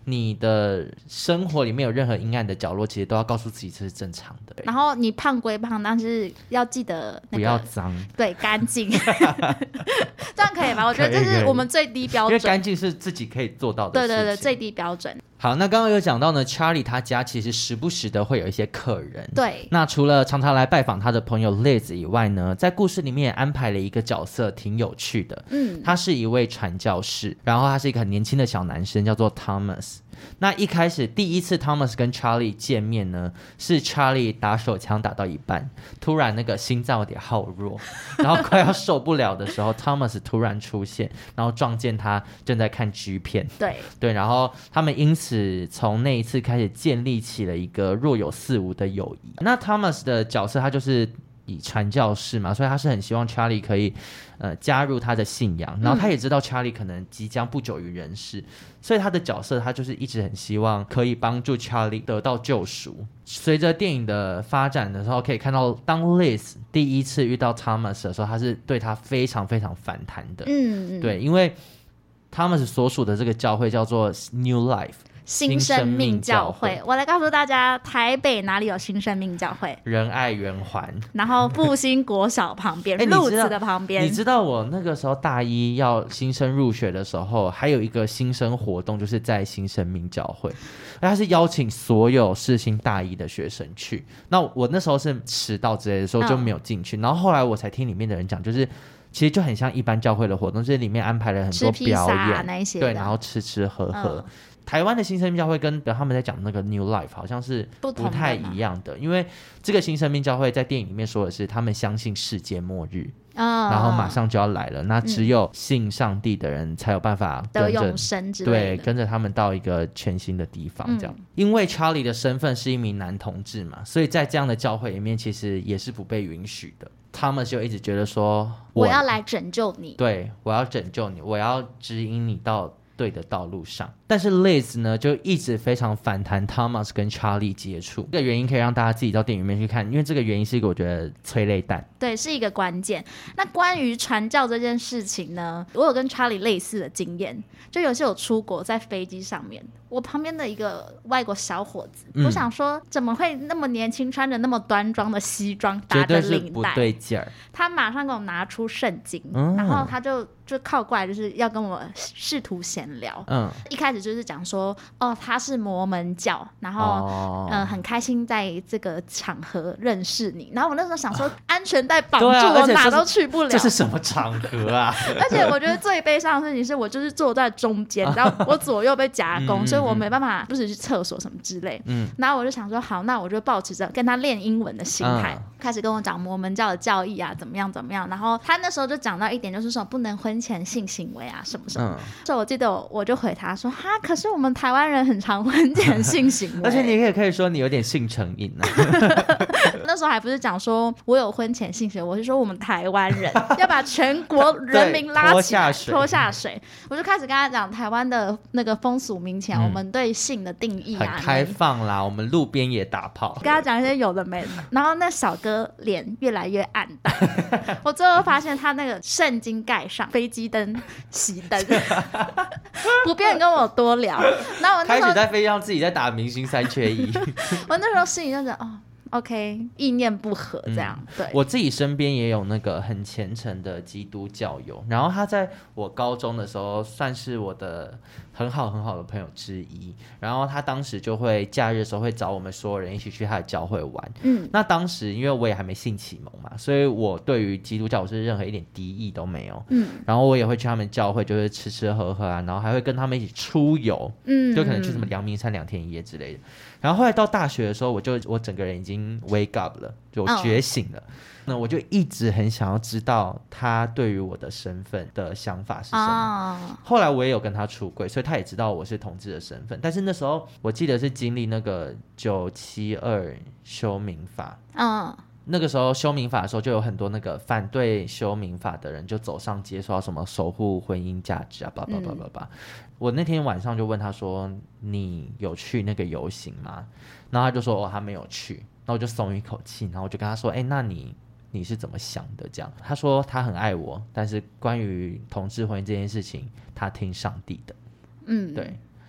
你的生活里面有任何阴暗的角落，其实都要告诉自己这是正常的。 然后你胖归胖，但是要记得、那个、 不要脏， 对，干净。这样可以吧？我觉得这是我们最低标准， 因为干净是自己可以做到的事情。 对对对，最低标准。 好，那刚刚有讲到呢 Charlie 他家其实时不时的会有一些客人， 对， 那除了常常来拜访他的朋友 Liz 以外呢，在故事里面也安排了一个角色挺有趣的，嗯，他是一位传教士，然后他是一个很年轻的小男生，叫做 Thomas。那一开始第一次 Thomas 跟 Charlie 见面呢，是 Charlie 打手枪打到一半，突然那个心脏有点耗弱，然后快要受不了的时候Thomas 突然出现，然后撞见他正在看 G 片， 对对，然后他们因此从那一次开始建立起了一个若有似无的友谊。那 Thomas 的角色他就是以传教士嘛，所以他是很希望 Charlie 可以呃加入他的信仰，然后他也知道 Charlie 可能即将不久于人世、嗯、所以他的角色他就是一直很希望可以帮助 Charlie 得到救赎。随着电影的发展的时候，可以看到当 Liz 第一次遇到 Thomas 的时候，他是对他非常非常反弹的，嗯嗯，对，因为 Thomas 所属的这个教会叫做 New Life 新生命教会。我来告诉大家，台北哪里有新生命教会？ 仁爱圆环， 然后复兴国小旁边，路子的旁边。 你知道我那个时候大一要新生入学的时候，还有一个新生活动，就是在新生命教会，他是邀请所有世新大一的学生去。那我那时候是迟到之类的时候就没有进去、嗯、然后后来我才听里面的人讲，就是其实就很像一般教会的活动，就是里面安排了很多表演， 那一些对，然后吃吃喝喝、嗯。台湾的新生命教会跟他们在讲那个 New Life 好像是不太一样的，因为这个新生命教会在电影里面说的是他们相信世界末日、哦、然后马上就要来了，那只有信上帝的人才有办法跟着得永生之类的， 对，跟着他们到一个全新的地方这样、嗯、因为 Charlie 的身份是一名男同志嘛，所以在这样的教会里面其实也是不被允许的。Thomas 就一直觉得说 我, 我要来拯救你， 对，我要拯救你，我要指引你到对的道路上。但是 Liz 呢就一直非常反弹 Thomas 跟 Charlie 接触，这个原因可以让大家自己到电影里面去看，因为这个原因是一个我觉得催泪弹， 对，是一个关键。那关于传教这件事情呢，我有跟 Charlie 类似的经验，就有些有出国在飞机上面，我旁边的一个外国小伙子、嗯、我想说怎么会那么年轻，穿着那么端庄的西装，打着领带， 绝对是不对劲儿。 他马上给我拿出圣经、嗯、然后他就就靠过来，就是要跟我试图闲聊。嗯，一开始就是讲说哦他是摩门教，然后、哦呃、很开心在这个场合认识你。然后我那时候想说、啊、安全带绑住、啊、我哪都去不了， 这是什么场合啊？ 而且我觉得最悲伤的事情是我就是坐在中间，然后我左右被夹攻、嗯、所以我没办法不是去厕所什么之类。嗯，然后我就想说好，那我就抱持着跟他练英文的心态、嗯、开始跟我讲摩门教的教义啊怎么样怎么样。然后他那时候就讲到一点，就是说不能婚前性行为啊什么什么、嗯、所以我记得 我, 我就回他说哈，可是我们台湾人很常婚前性行为而且你也可以说你有点性成瘾啊那时候还不是讲说我有婚前性行为，我是说我们台湾人要把全国人民拉起来拖下水。我就开始跟他讲台湾的那个风俗民情、嗯、我们对性的定义啊很开放啦，我们路边也打炮， 跟他讲一些有的没的。然后那小哥脸越来越暗淡我最后发现他那个圣经盖上飞机灯熄灯不便跟我多聊。然后我那时候开始在飞机上自己在打明星三缺一我那时候心里就觉得哦OK， 意念不合这样、嗯、对。 我自己身边也有那个很虔诚的基督教友，然后他在我高中的时候算是我的很好很好的朋友之一，然后他当时就会假日的时候会找我们所有人一起去他的教会玩。嗯，那当时因为我也还没性启蒙嘛，所以我对于基督教我是任何一点敌意都没有。嗯，然后我也会去他们教会就是吃吃喝喝啊，然后还会跟他们一起出游，嗯，就可能去什么阳明山两天一夜之类的。然后后来到大学的时候，我就我整个人已经 wake up 了，就我觉醒了。Oh. 那我就一直很想要知道他对于我的身份的想法是什么。Oh. 后来我也有跟他出柜，所以他也知道我是同志的身份。但是那时候我记得是经历那个九七二修民法。嗯。Oh.那个时候修民法的时候，就有很多那个反对修民法的人就走上街，说什么守护婚姻价值啊，叭叭叭叭叭。我那天晚上就问他说：“你有去那个游行吗？”然后他就说：“哦，他没有去。”然后我就松一口气，然后我就跟他说：“哎，那你你是怎么想的？”这样，他说他很爱我，但是关于同志婚姻这件事情，他听上帝的。嗯，对。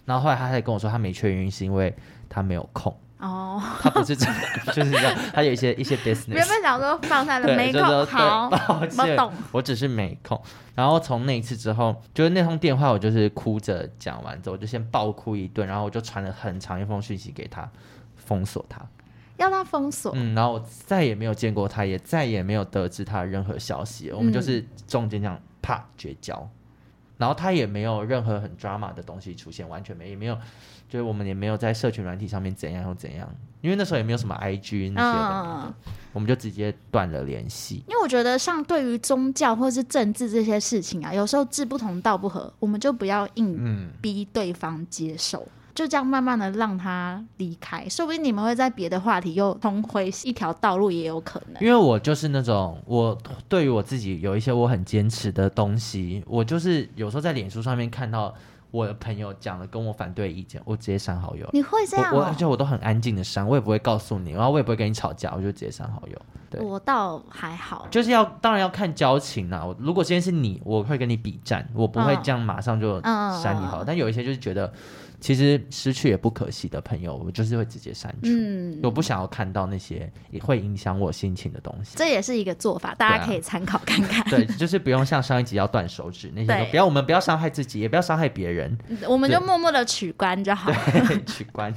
然后后来他才跟我说他没去的原因是因为他没有空哦， 他不是真的就是这样，他有一些一些 business。 原本想说放下了没空，好， 抱歉， 我懂， 我只是没空。然后从那一次之后，就是那通电话，我就是哭着讲完之后，我就先爆哭一顿，然后我就传了很长一封讯息给他，封锁他， 要他封锁。 嗯，然后我再也没有见过他，也再也没有得知他的任何消息了。我们就是中间这样啪绝交，然后他也没有任何很 drama 的东西出现，完全没，也没有。就是我们也没有在社群软体上面怎样又怎样，因为那时候也没有什么 I G 那些的、嗯，我们就直接断了联系。 因为我觉得像对于宗教或是政治这些事情啊，有时候志不同道不合，我们就不要硬逼对方接受、嗯、就这样慢慢的让他离开，说不定你们会在别的话题又重回一条道路也有可能。 因为我就是那种我对于我自己有一些我很坚持的东西，我就是有时候在脸书上面看到我的朋友讲了跟我反对意见，我直接删好友。 你会这样、哦？ 我而且我都很安静的删，我也不会告诉你，然后我也不会跟你吵架，我就直接删好友。对， 我倒还好， 就是要当然要看交情啦。如果今天是你，我会跟你比战，我不会这样马上就删你好友、嗯、但有一些就是觉得其实失去也不可惜的朋友，我就是会直接删除、嗯、我不想要看到那些也会影响我心情的东西。 这也是一个做法，大家可以参考看看。 对、啊、对，就是不用像上一集要断手指那些都不要，我们不要伤害自己，也不要伤害别人， 我们就默默的取关就好了。 对，取关。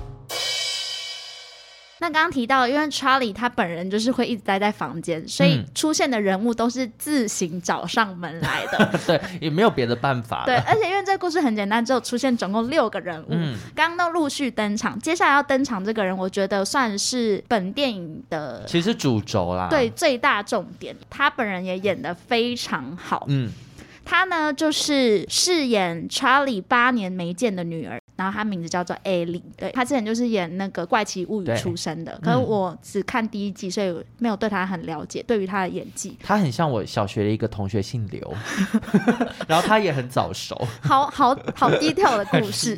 那刚刚提到因为 Charlie 他本人就是会一直待在房间，所以出现的人物都是自行找上门来的、嗯、 对，也没有别的办法了。 对，而且因为这个故事很简单，只有出现总共六个人物，刚刚、嗯、都陆续登场，接下来要登场这个人我觉得算是本电影的其实主轴啦， 对，最大重点，他本人也演得非常好。嗯，他呢就是饰演 Charlie 八年没见的女儿，然后她名字叫做 Ellie， 对，她之前就是演那个怪奇物语出身的，可是我只看第一季，所以没有对她很了解，对于她的演技。 她很像我小学的一个同学姓刘然后她也很早熟好好好低调的故事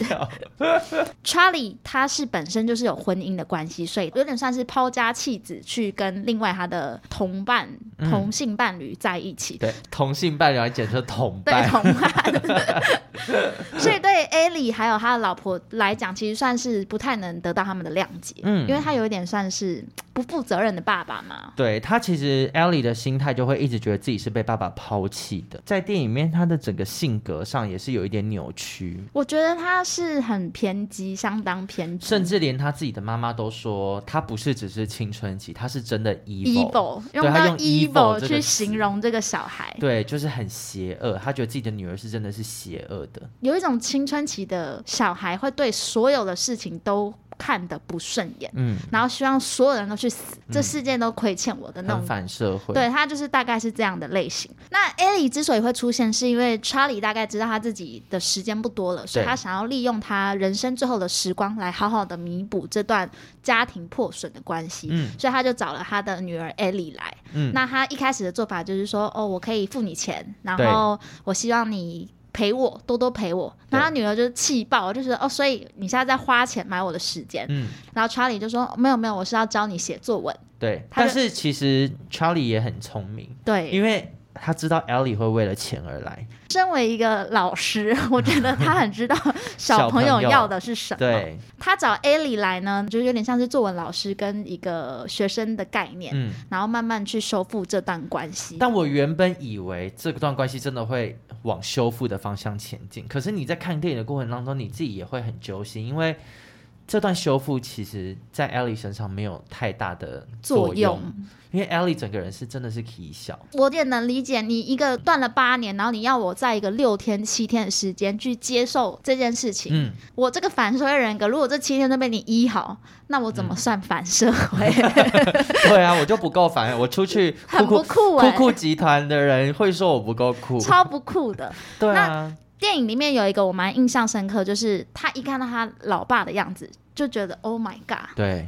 Charlie 他是本身就是有婚姻的关系，所以有点算是抛家弃子去跟另外他的同伴、嗯、同性伴侣在一起。 对，同性伴侣还简称同伴， 对，同伴所以对 Ellie 还有他的老婆来讲，其实算是不太能得到他们的谅解、嗯、因为他有一点算是不负责任的爸爸嘛。 对，他其实 Ellie 的心态就会一直觉得自己是被爸爸抛弃的，在电影里面他的整个性格上也是有一点扭曲， 我觉得他是很偏激，相当偏激， 甚至连他自己的妈妈都说他不是只是青春期，他是真的 evil，, evil 用到 evil 去形容这个小孩， 对，就是很邪恶，他觉得自己的女儿是真的是邪恶的。 有一种青春期的小孩会对所有的事情都看得不顺眼、嗯、然后希望所有人都去死、嗯、这世界都亏欠我的那种， 很反社会。 对，他就是大概是这样的类型。那 Ellie 之所以会出现，是因为 Charlie 大概知道他自己的时间不多了，所以他想要利用他人生最后的时光来好好的弥补这段家庭破损的关系、嗯、所以他就找了他的女儿 Ellie 来、嗯、那他一开始的做法就是说，哦，我可以付你钱，然后我希望你陪我，多多陪我。然后他女儿就是气爆，就是哦，所以你现在在花钱买我的时间、嗯、然后 Charlie 就说没有没有，我是要教你写作文。 对，但是其实 Charlie 也很聪明， 对， 因为他知道 Ellie 会为了钱而来。 身为一个老师，我觉得他很知道小朋友要的是什么。对，他找 Ellie 来呢，就有点像是作文老师跟一个学生的概念、嗯、然后慢慢去修复这段关系。 但我原本以为这段关系真的会往修复的方向前进，可是你在看电影的过程当中，你自己也会很揪心，因为这段修复其实在 Ellie 身上没有太大的作用, 作用因为 Ellie 整个人是真的是起笑。 我也能理解，你一个断了八年，然后你要我在一个六天七天的时间去接受这件事情、嗯、我这个反社会人格，如果这七天都被你医好，那我怎么算反社会、嗯、 对啊，我就不够反，我出去酷酷很不酷、欸、 酷酷集团的人会说我不够酷， 超不酷的对啊。 电影里面有一个我蛮印象深刻，就是他一看到他老爸的样子就觉得 Oh my god， 对，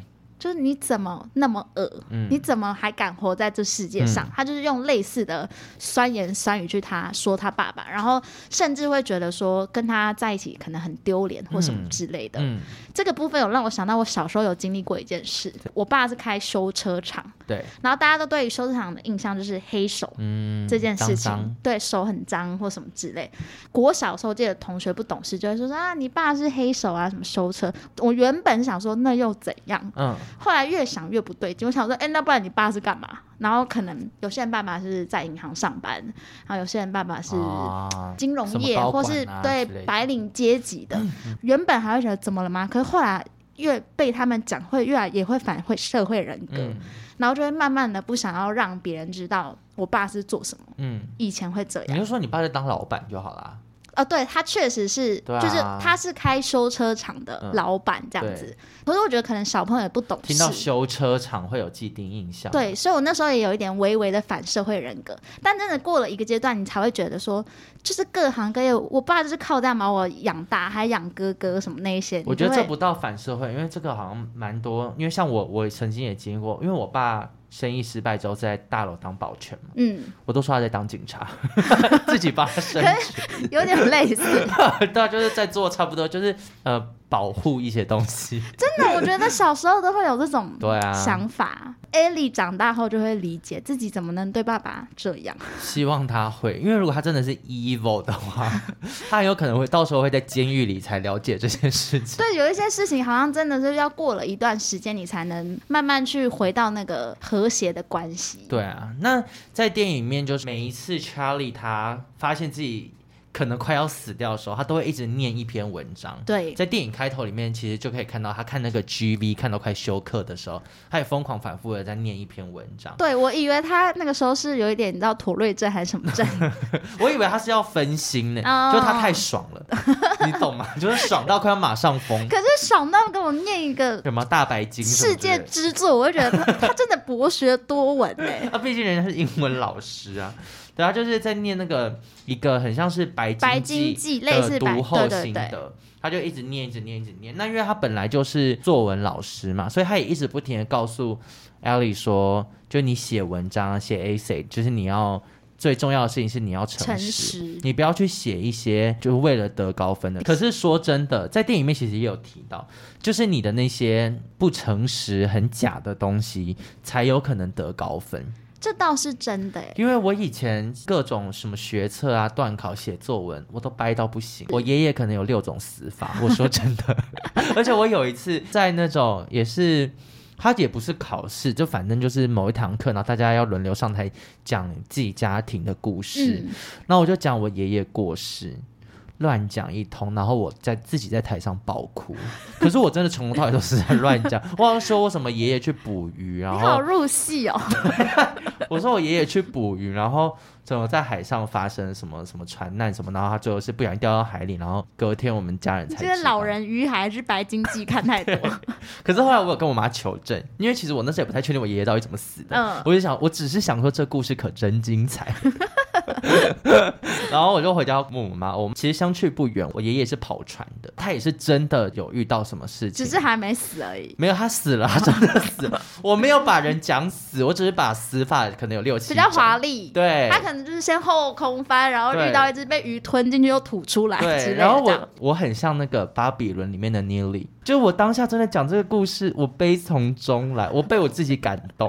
就是你怎么那么恶、嗯、你怎么还敢活在这世界上、嗯、他就是用类似的酸言酸语去他说他爸爸，然后甚至会觉得说跟他在一起可能很丢脸或什么之类的、嗯嗯、这个部分有让我想到我小时候有经历过一件事。我爸是开修车厂， 对， 然后大家都对于修车厂的印象就是黑手、嗯、这件事情脏脏，对，手很脏或什么之类。国小时候记得同学不懂事就会说说啊你爸是黑手啊什么修车，我原本想说那又怎样，嗯，后来越想越不对劲，我想说哎、欸，那不然你爸是干嘛？然后可能有些人爸爸是在银行上班，然后有些人爸爸是金融业、啊、或是对白领阶级的、嗯、原本还会觉得怎么了吗？可是后来越被他们讲会越来也会反会社会人格、嗯，然后就会慢慢的不想要让别人知道我爸是做什么。嗯，以前会这样。 你就说你爸是当老板就好啦。 呃，对，他确实是、啊、就是他是开修车厂的老板这样子、嗯、可是我觉得可能小朋友也不懂事， 听到修车厂会有既定印象。 对，所以我那时候也有一点微微的反社会人格，但真的过了一个阶段你才会觉得说就是各行各业我爸就是靠这样把我养大，还养哥哥什么那一些。 我觉得这不到反社会，因为这个好像蛮多，因为像我我曾经也经历过，因为我爸生意失败之后在大楼当保全嘛，嗯，我都说他在当警察自己帮他升职有点类似对，就是在做差不多就是呃保护一些东西。 真的我觉得小时候都会有这种想法对、啊、Ellie 长大后就会理解自己怎么能对爸爸这样， 希望他会，因为如果他真的是 evil 的话他很有可能会到时候会在监狱里才了解这件事情。 对，有一些事情好像真的是要过了一段时间你才能慢慢去回到那个和谐的关系。 对啊，那在电影里面就是每一次 Charlie 他发现自己可能快要死掉的时候他都会一直念一篇文章。 对， 在电影开头里面其实就可以看到他看那个 G V 看到快休克的时候他也疯狂反复的在念一篇文章。 对，我以为他那个时候是有一点你知道妥瑞症还是什么症我以为他是要分心呢、oh. 就他太爽了你懂吗？就是爽到快要马上疯。 可是爽到跟我念一个什么大白鲸世界之作，我就觉得 他, 他真的博学多闻耶他毕竟人家是英文老师啊。对啊，就是在念那个一个很像是白鲸记的读后心得，他就一直念一直念一直念。那因为他本来就是作文老师嘛，所以他也一直不停的告诉 Ellie 说就你写文章写 essay 就是你要最重要的事情是你要诚 实, 诚实你不要去写一些就是为了得高分的。可是说真的在电影里面其实也有提到，就是你的那些不诚实很假的东西才有可能得高分。 这倒是真的耶， 因为我以前各种什么学测啊段考写作文我都掰到不行，我爷爷可能有六种死法我说真的而且我有一次在那种也是他也不是考试，就反正就是某一堂课然后大家要轮流上台讲自己家庭的故事、嗯、然后我就讲我爷爷过世乱讲一通，然后我在自己在台上爆哭可是我真的从头到尾都是在乱讲我好像说我什么爷爷去捕鱼，然后你好入戏哦我说我爷爷去捕鱼，然后怎么在海上发生什么什么船难什么，然后他最后是不小心掉到海里，然后隔天我们家人才知道。这是老人与海还是白鲸记看太多可是后来我有跟我妈求证，因为其实我那时候也不太确定我爷爷到底怎么死的、嗯、我就想我只是想说这故事可真精彩然后我就回家问我妈，我们其实相去不远，我爷爷是跑船的，他也是真的有遇到什么事情， 只是还没死而已。 没有，他死了，他真的死了我没有把人讲死，我只是把死法可能有六七种， 比较华丽。 对， 他可能就是先后空翻，然后遇到一只被鱼吞进去又吐出来之类的。 对，然后我我很像那个巴比伦里面的 Neely， 就我当下真的讲这个故事我悲从中来，我被我自己感动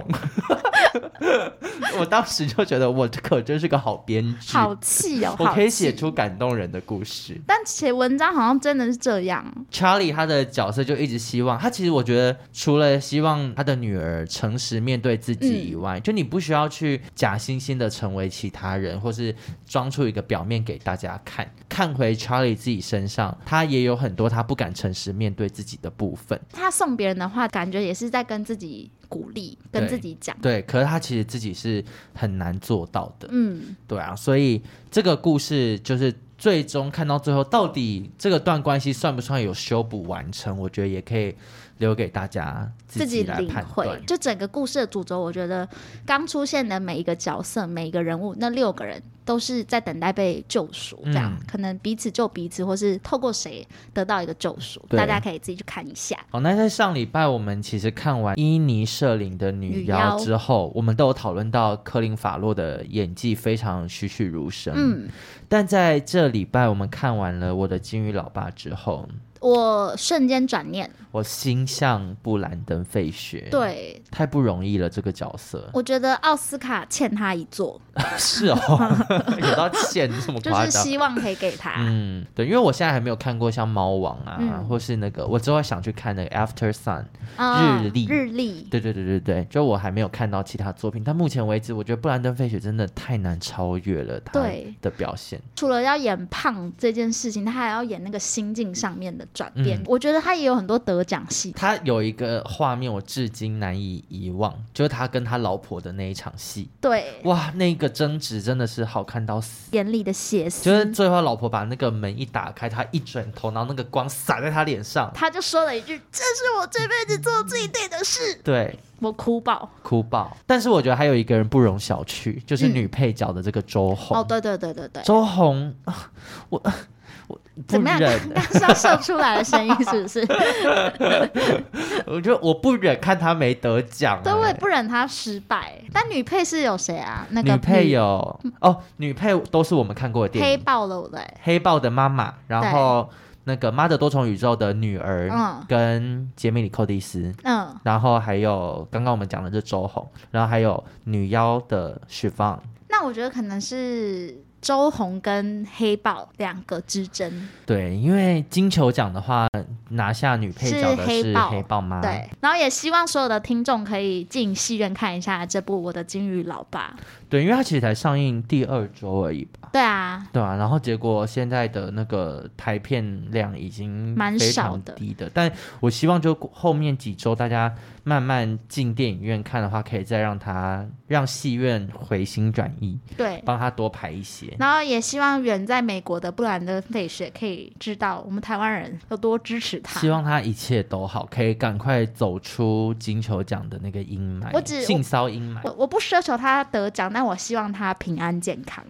我当时就觉得我可真是个好编剧， 好气哦， 我可以写出感动人的故事。 但写文章好像真的是这样。 Charlie 他的角色就一直希望，他其实我觉得除了希望他的女儿诚实面对自己以外、嗯、就你不需要去假惺惺的成为其他人，或是装出一个表面给大家看。看回 Charlie 自己身上，他也有很多他不敢诚实面对自己的部分。 他送别人的话感觉也是在跟自己鼓励，跟自己讲。 对，可是他其实自己是很难做到的。嗯，对啊，所以这个故事就是最终看到最后到底这个段关系算不算有修补完成，我觉得也可以留给大家自己来判断。就整个故事的主轴，我觉得刚出现的每一个角色每一个人物那六个人都是在等待被救赎，这样、嗯、可能彼此救彼此，或是透过谁得到一个救赎，大家可以自己去看一下。 好，那在上礼拜我们其实看完伊妮舍林的女妖之后，我们都有讨论到科林法洛的演技非常栩栩如生，嗯，但在这礼拜我们看完了我的金鱼老爸之后， 我瞬间转念， 我心向布兰登·费雪， 对， 太不容易了这个角色， 我觉得奥斯卡欠他一座。 是哦，有到欠这么夸张， 就是希望可以给他。 嗯，对，因为我现在还没有看过像猫王啊、嗯、或是那个我之后想去看那个 After Sun、哦、日历日历， 对对对对对，就我还没有看到其他作品，但目前为止我觉得布兰登·费雪真的太难超越了他的表现， 除了要演胖这件事情，他还要演那个心境上面的转变、嗯、我觉得他也有很多得奖戏。 他有一个画面我至今难以遗忘，就是他跟他老婆的那一场戏， 对， 哇，那个争执真的是好看到死， 眼里的血丝， 就是最后老婆把那个门一打开，他一转头，然后那个光洒在他脸上， 他就说了一句这是我这辈子做最对的事， 对， 我哭爆哭爆。但是我觉得还有一个人不容小觑，就是女配角的这个周红、 嗯、哦对对对对对， 周红我我怎么样？刚刚是要射出来的声音是不是？ 我觉得我不忍看他没得奖、欸， 对，我也不忍他失败。但女配是有谁啊？那个女配有哦，女配都是我们看过的电影， 黑豹的对， 黑豹的妈妈，然后那个《妈的多重宇宙》的女儿，嗯，跟杰米里寇蒂斯，嗯，然后还有刚刚我们讲的这周红，然后还有女妖的许芳。 那我觉得可能是周红跟黑豹两个之争， 对，因为金球奖的话拿下女配角的是黑豹妈， 对，然后也希望所有的听众可以进戏院看一下这部《我的金鱼老爸》， 对，因为它其实才上映第二周而已吧， 对啊对啊，然后结果现在的那个排片量已经非常低的，但我希望就后面几周大家慢慢进电影院看的话，可以再让它让戏院回心转意， 对， 帮他多排一些， 然后也希望远在美国的布兰登·费雪可以知道我们台湾人有多支持他， 希望他一切都好，可以赶快走出金球奖的那个阴霾， 我只性骚阴霾， 我我不奢求他得奖，但我希望他平安健康。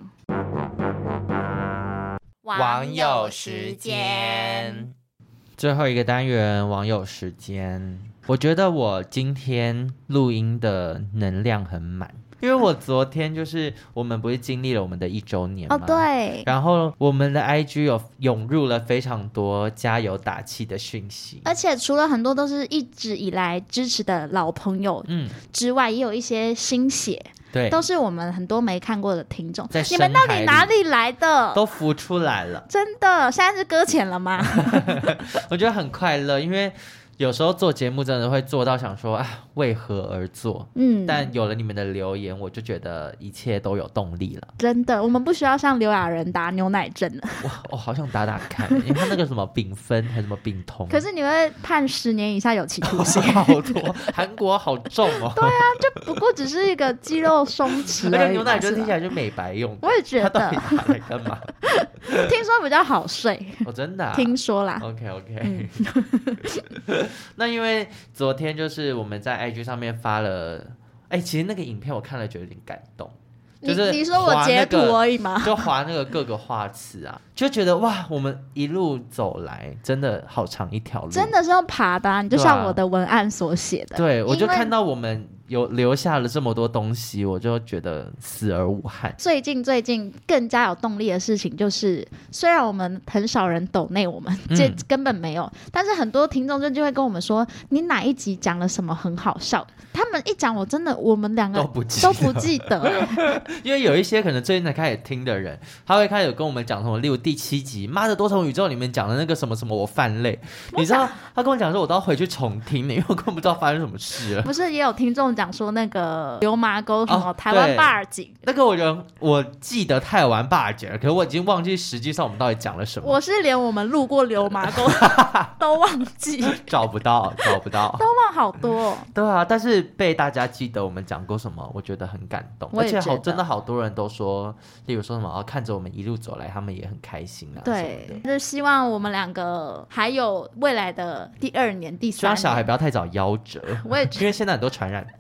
网友时间，最后一个单元网友时间，我觉得我今天录音的能量很满，因为我昨天就是我们不是经历了我们的一周年吗？ 哦，对。 然后我们的 I G 有涌入了非常多加油打气的讯息， 而且除了很多都是一直以来支持的老朋友之外，嗯，也有一些新血。对，都是我们很多没看过的听众，你们到底哪里来的？ 都浮出来了， 真的。现在是搁浅了吗？ 我觉得很快乐，因为有时候做节目真的会做到想说啊，为何而做？嗯，但有了你们的留言，我就觉得一切都有动力了。真的，我们不需要像刘亚仁打牛奶针了。 哇，我好想打打看，因为他那个什么丙酚还是什么丙酮， 可是你会判十年以下有期徒刑， 好多。韩国好重哦。 对啊，就不过只是一个肌肉松弛而已。 而且牛奶针听起来就美白用的， 我也觉得。 他到底打来干嘛？ 听说比较好睡。 哦，真的、啊？ 听说啦。 OK OK、嗯。那因为昨天就是我们在 I G 上面发了，哎、欸，其实那个影片我看了觉得有点感动，就是、那個、 你说我截图而已吗？ 就划那个各个画词啊，就觉得哇，我们一路走来真的好长一条路， 真的是用爬的、啊，你就像我的文案所写的， 对，我就看到我们有留下了这么多东西，我就觉得死而无憾。 最近最近更加有动力的事情就是，虽然我们很少人抖内我们，这根本没有、嗯，但是很多听众就就会跟我们说，你哪一集讲了什么很好笑，他们一讲我真的我们两个都不记得，都不记得因为有一些可能最近才开始听的人，他会开始跟我们讲什么，例如第七集妈的多重宇宙里面讲的那个什么什么我犯累，你知道他跟我讲说我都要回去重听的，因为我根本不知道发生什么事了。 不是也有听众讲说那个流麻沟什么、哦、台湾八二井， 那个我人我记得台湾八二井，可是我已经忘记实际上我们到底讲了什么。 我是连我们路过流麻沟都忘记找不到找不到都忘好多、哦、 对啊，但是被大家记得我们讲过什么，我觉得很感动，而且好真的好多人都说，例如说什么、哦、看着我们一路走来他们也很开心啊， 对，就希望我们两个还有未来的第二年第三年， 希望小孩不要太早夭折， 我也觉得因为现在很多传染病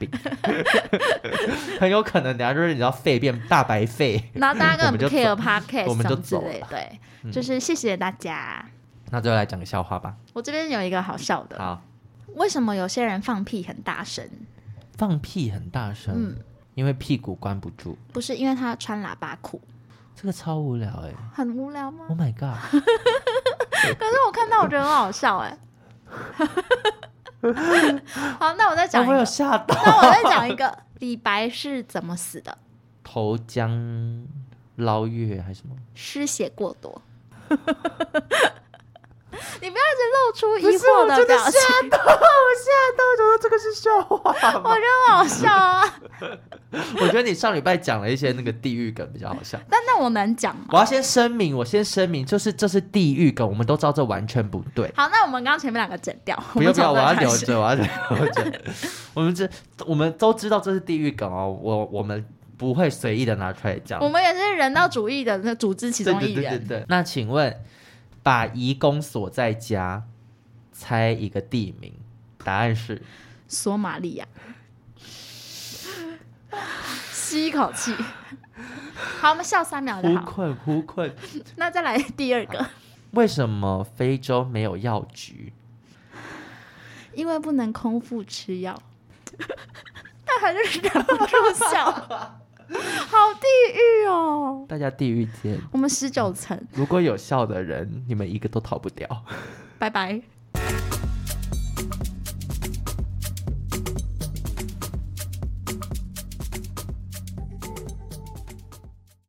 病，很有可能等下就是你知道肺变大白肺， 然后大家根本不 care podcast 我们就走之类，对、嗯，就是谢谢大家。 那最后来讲个笑话吧。 我这边有一个好笑的。 好， 为什么有些人放屁很大声？ 放屁很大声，嗯，因为屁股关不住。 不是，因为他穿喇叭裤。 这个超无聊哎、欸， 很无聊吗 ？Oh my god！ 可是我看到我觉得很好笑哎、欸。好，那我再讲一个。 我有吓到。 那我再讲一个，李白是怎么死的？ 投江捞月还是什么？ 失血过多。你不要一直露出疑惑的表情。 我吓到，我吓到，我觉得这个是笑话吗？ 我觉得很好笑啊。 我觉得你上礼拜讲了一些那个地狱梗比较好笑。 但那我能讲吗？ 我要先声明，我先声明，就是这是地狱梗，我们都知道这完全不对。 好，那我们刚刚前面两个剪掉。 不要不要，我要留着，我要留着。我们这我们都知道这是地狱梗哦，我我们不会随意的拿出来讲。 我们也是人道主义的那组织其中一员。 对对对对对。那请问，把移工锁在家，猜一个地名，答案是索马利亚。吸一口气。好，我们笑三秒就好。 胡困胡困。 那再来第二个。 为什么非洲没有药局？ 因为不能空腹吃药。但还是忍不住笑。好地狱哦！ 大家地狱见。 我们十九层， 如果有笑的人，你们一个都逃不掉。 拜拜。